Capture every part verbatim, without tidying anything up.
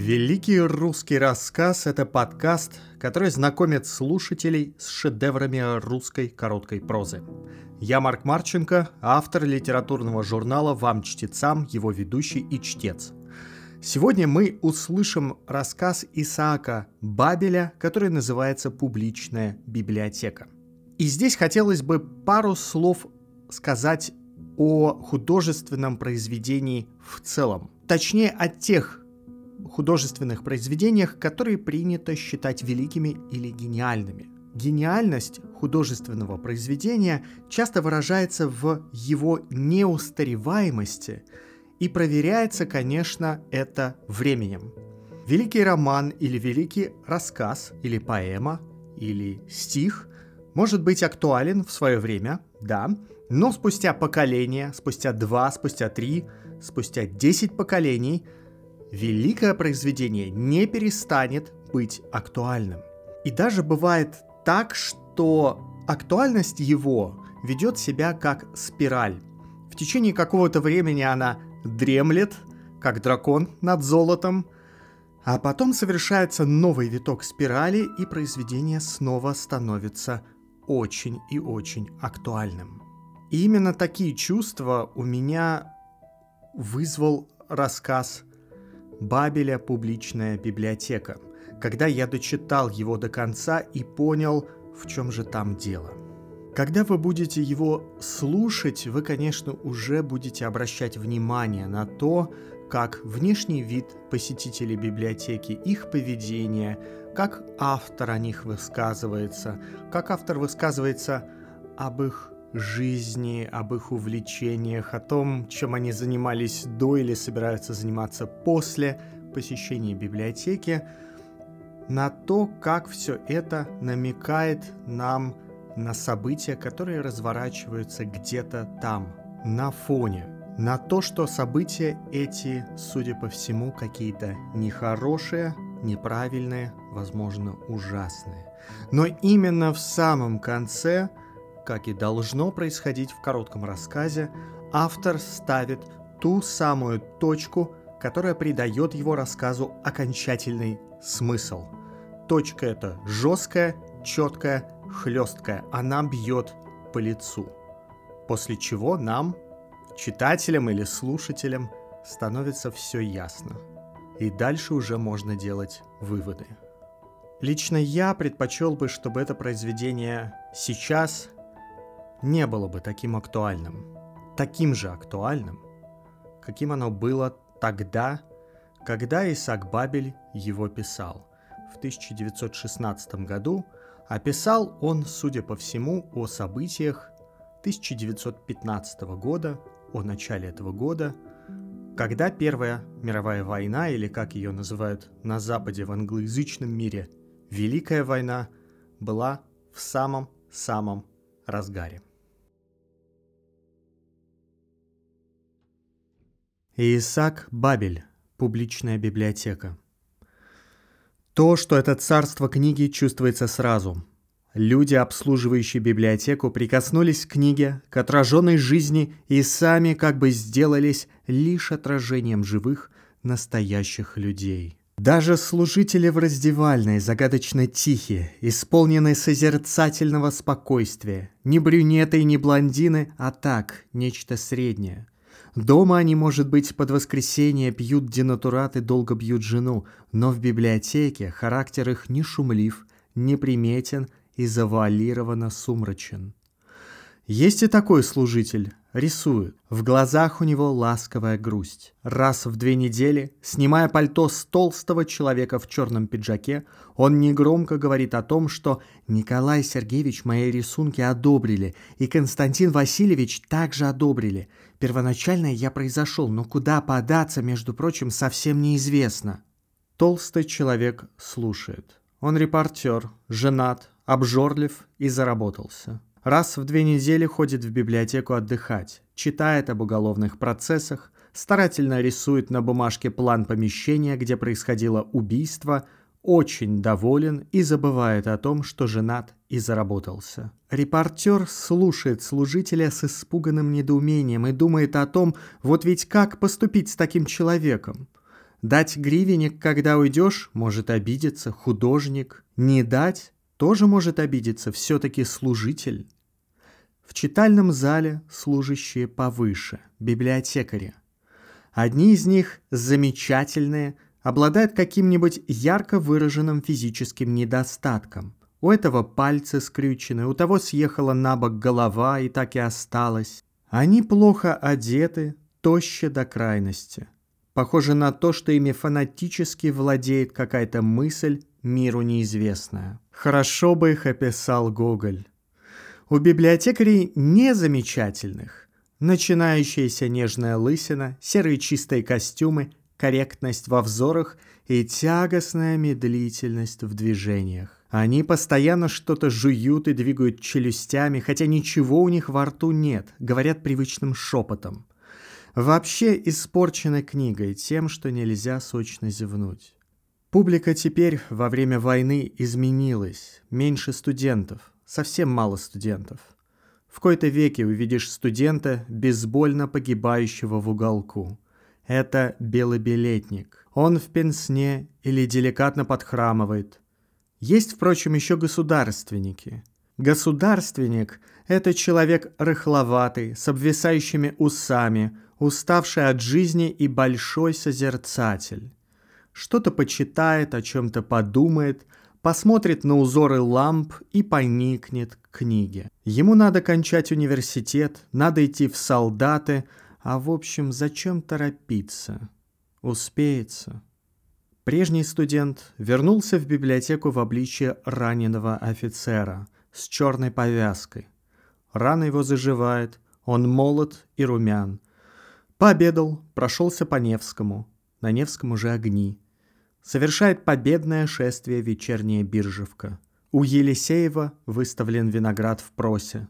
Великий русский рассказ – это подкаст, который знакомит слушателей с шедеврами русской короткой прозы. Я Марк Марченко, автор литературного журнала «Вам, чтецам», его ведущий и чтец. Сегодня мы услышим рассказ Исаака Бабеля, который называется «Публичная библиотека». И здесь хотелось бы пару слов сказать о художественном произведении в целом. Точнее, о тех художественных произведениях, которые принято считать великими или гениальными. Гениальность художественного произведения часто выражается в его неустареваемости, и проверяется, конечно, это временем. Великий роман или великий рассказ, или поэма, или стих может быть актуален в свое время, да, но спустя поколения, спустя два, спустя три, спустя десять поколений великое произведение не перестанет быть актуальным. И даже бывает так, что актуальность его ведет себя как спираль. В течение какого-то времени она дремлет, как дракон над золотом, а потом совершается новый виток спирали, и произведение снова становится очень и очень актуальным. И именно такие чувства у меня вызвал рассказ Бабеля «Публичная библиотека», когда я дочитал его до конца и понял, в чем же там дело. Когда вы будете его слушать, вы, конечно, уже будете обращать внимание на то, как внешний вид посетителей библиотеки, их поведение, как автор о них высказывается, как автор высказывается об их жизни, об их увлечениях, о том, чем они занимались до или собираются заниматься после посещения библиотеки, на то, как все это намекает нам на события, которые разворачиваются где-то там, на фоне, на то, что события эти, судя по всему, какие-то нехорошие, неправильные, возможно, ужасные. Но именно в самом конце, как и должно происходить в коротком рассказе, автор ставит ту самую точку, которая придает его рассказу окончательный смысл. Точка эта жесткая, четкая, хлесткая. Она бьет по лицу. После чего нам, читателям или слушателям, становится все ясно. И дальше уже можно делать выводы. Лично я предпочел бы, чтобы это произведение сейчас не было бы таким актуальным, таким же актуальным, каким оно было тогда, когда Исаак Бабель его писал, в тысяча девятьсот шестнадцатом году, а писал он, судя по всему, о событиях тысяча девятьсот пятнадцатого года, о начале этого года, когда Первая мировая война, или как ее называют на Западе в англоязычном мире, Великая война, была в самом-самом разгаре. Исаак Бабель. Публичная библиотека. То, что это царство книги, чувствуется сразу. Люди, обслуживающие библиотеку, прикоснулись к книге, к отраженной жизни и сами как бы сделались лишь отражением живых, настоящих людей. Даже служители в раздевальной загадочно тихие, исполнены созерцательного спокойствия. Ни брюнеты, ни блондины, а так, нечто среднее. Дома они, может быть, под воскресенье пьют денатурат и долго бьют жену, но в библиотеке характер их не шумлив, неприметен и завуалированно сумрачен. Есть и такой служитель, рисует. В глазах у него ласковая грусть. Раз в две недели, снимая пальто с толстого человека в черном пиджаке, он негромко говорит о том, что Николай Сергеевич мои рисунки одобрили, и Константин Васильевич также одобрили. Первоначально я произошел, но куда податься, между прочим, совсем неизвестно. Толстый человек слушает. Он репортер, женат, обжорлив и заработался. Раз в две недели ходит в библиотеку отдыхать, читает об уголовных процессах, старательно рисует на бумажке план помещения, где происходило убийство, очень доволен и забывает о том, что женат и заработался. Репортер слушает служителя с испуганным недоумением и думает о том, вот ведь как поступить с таким человеком. Дать гривенник, когда уйдешь, может обидеться художник. Не дать тоже может обидеться все-таки служитель. В читальном зале служащие повыше, библиотекари. Одни из них замечательные, обладают каким-нибудь ярко выраженным физическим недостатком. У этого пальцы скрючены, у того съехала на бок голова и так и осталась. Они плохо одеты, тощи до крайности. Похоже на то, что ими фанатически владеет какая-то мысль, миру неизвестная. Хорошо бы их описал Гоголь. У библиотекарей незамечательных. Начинающаяся нежная лысина, серые чистые костюмы, корректность во взорах и тягостная медлительность в движениях. Они постоянно что-то жуют и двигают челюстями, хотя ничего у них во рту нет, говорят привычным шепотом. Вообще испорчена книгой тем, что нельзя сочно зевнуть. Публика теперь во время войны изменилась, меньше студентов, совсем мало студентов. В кои-то веке увидишь студента, безбольно погибающего в уголку. Это белобилетник. Он в пенсне или деликатно подхрамывает. Есть, впрочем, еще государственники. Государственник – это человек рыхловатый, с обвисающими усами, уставший от жизни и большой созерцатель. Что-то почитает, о чем-то подумает, посмотрит на узоры ламп и поникнет к книге. Ему надо кончать университет, надо идти в солдаты, а в общем, зачем торопиться? Успеется. Прежний студент вернулся в библиотеку в обличье раненого офицера с черной повязкой. Рана его заживает, он молод и румян. Пообедал, прошелся по Невскому. На Невском уже огни. Совершает победное шествие вечерняя Биржевка. У Елисеева выставлен виноград в просе.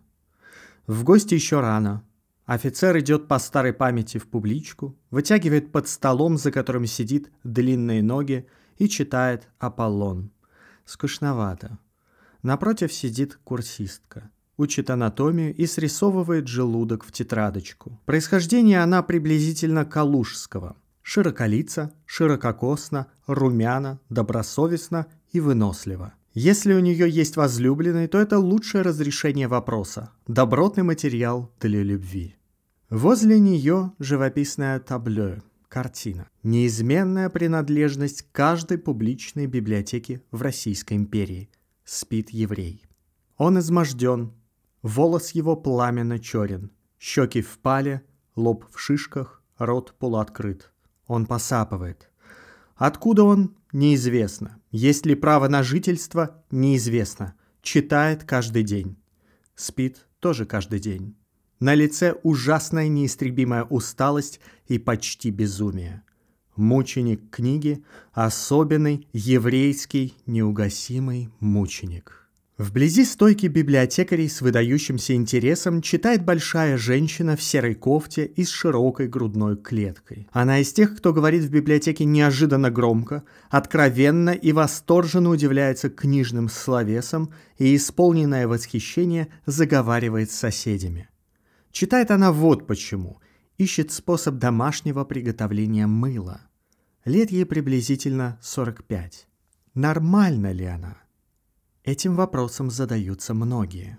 В гости еще рано. Офицер идет по старой памяти в публичку, вытягивает под столом, за которым сидит, длинные ноги и читает «Аполлон». Скучновато. Напротив сидит курсистка. Учит анатомию и срисовывает желудок в тетрадочку. Происхождение она приблизительно калужского. Широколица, ширококосна, румяна, добросовестна и вынослива. Если у нее есть возлюбленный, то это лучшее разрешение вопроса, добротный материал для любви. Возле нее живописное табло, картина, неизменная принадлежность каждой публичной библиотеки в Российской империи. Спит еврей. Он изможден, волос его пламенно черен, щеки впали, лоб в шишках, рот полуоткрыт. Он посапывает. Откуда он? Неизвестно. Есть ли право на жительство? Неизвестно. Читает каждый день. Спит тоже каждый день. На лице ужасная неистребимая усталость и почти безумие. Мученик книги, особенный еврейский неугасимый мученик. Вблизи стойки библиотекарей с выдающимся интересом читает большая женщина в серой кофте и с широкой грудной клеткой. Она из тех, кто говорит в библиотеке неожиданно громко, откровенно и восторженно удивляется книжным словесам и, исполненное восхищение, заговаривает с соседями. Читает она вот почему. Ищет способ домашнего приготовления мыла. Лет ей приблизительно сорок пять. Нормально ли она? Этим вопросом задаются многие.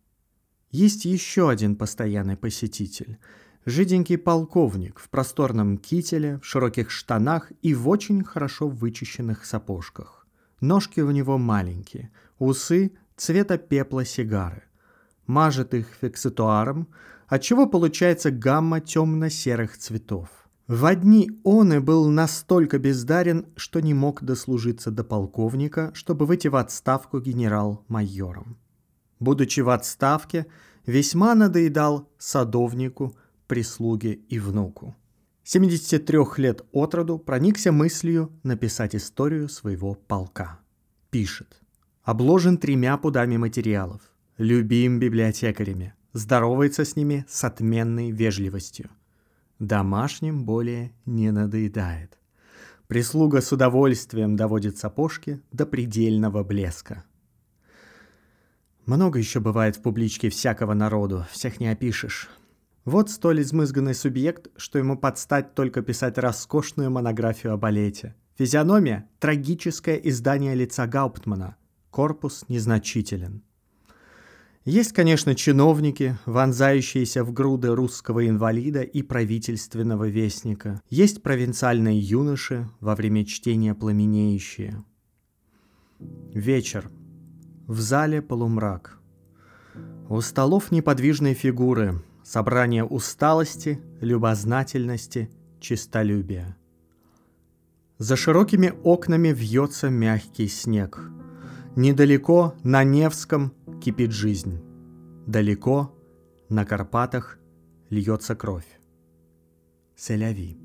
Есть еще один постоянный посетитель. Жиденький полковник в просторном кителе, в широких штанах и в очень хорошо вычищенных сапожках. Ножки у него маленькие, усы цвета пепла сигары. Мажет их фиксатуаром, отчего получается гамма темно-серых цветов. В одни он и был настолько бездарен, что не мог дослужиться до полковника, чтобы выйти в отставку генерал-майором. Будучи в отставке, весьма надоедал садовнику, прислуге и внуку. семидесяти трёх лет от роду проникся мыслью написать историю своего полка. Пишет. Обложен тремя пудами материалов. Любим библиотекарями. Здоровается с ними с отменной вежливостью. Домашним более не надоедает. Прислуга с удовольствием доводит сапожки до предельного блеска. Много еще бывает в публичке всякого народу, всех не опишешь. Вот столь измызганный субъект, что ему подстать только писать роскошную монографию о балете. Физиономия – трагическое издание лица Гауптмана. Корпус незначителен. Есть, конечно, чиновники, вонзающиеся в груды русского инвалида и правительственного вестника. Есть провинциальные юноши, во время чтения пламенеющие. Вечер. В зале полумрак. У столов неподвижные фигуры, собрание усталости, любознательности, честолюбия. За широкими окнами вьется мягкий снег. Недалеко, на Невском, кипит жизнь. Далеко, на Карпатах, льется кровь. Селяви.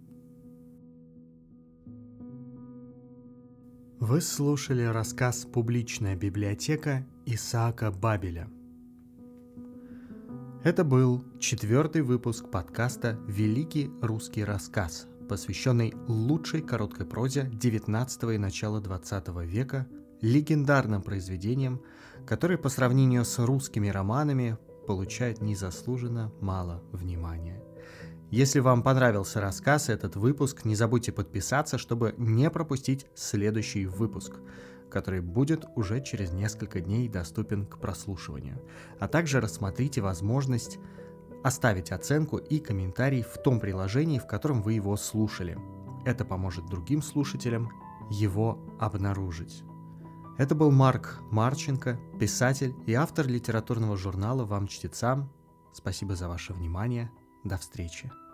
Вы слушали рассказ «Публичная библиотека» Исаака Бабеля. Это был четвертый выпуск подкаста «Великий русский рассказ», посвященный лучшей короткой прозе девятнадцатого и начала двадцатого века, легендарным произведениям, которые по сравнению с русскими романами получают незаслуженно мало внимания. Если вам понравился рассказ и этот выпуск, не забудьте подписаться, чтобы не пропустить следующий выпуск, который будет уже через несколько дней доступен к прослушиванию. А также рассмотрите возможность оставить оценку и комментарий в том приложении, в котором вы его слушали. Это поможет другим слушателям его обнаружить. Это был Марк Марченко, писатель и автор литературного журнала «Вам, чтецам». Спасибо за ваше внимание. До встречи.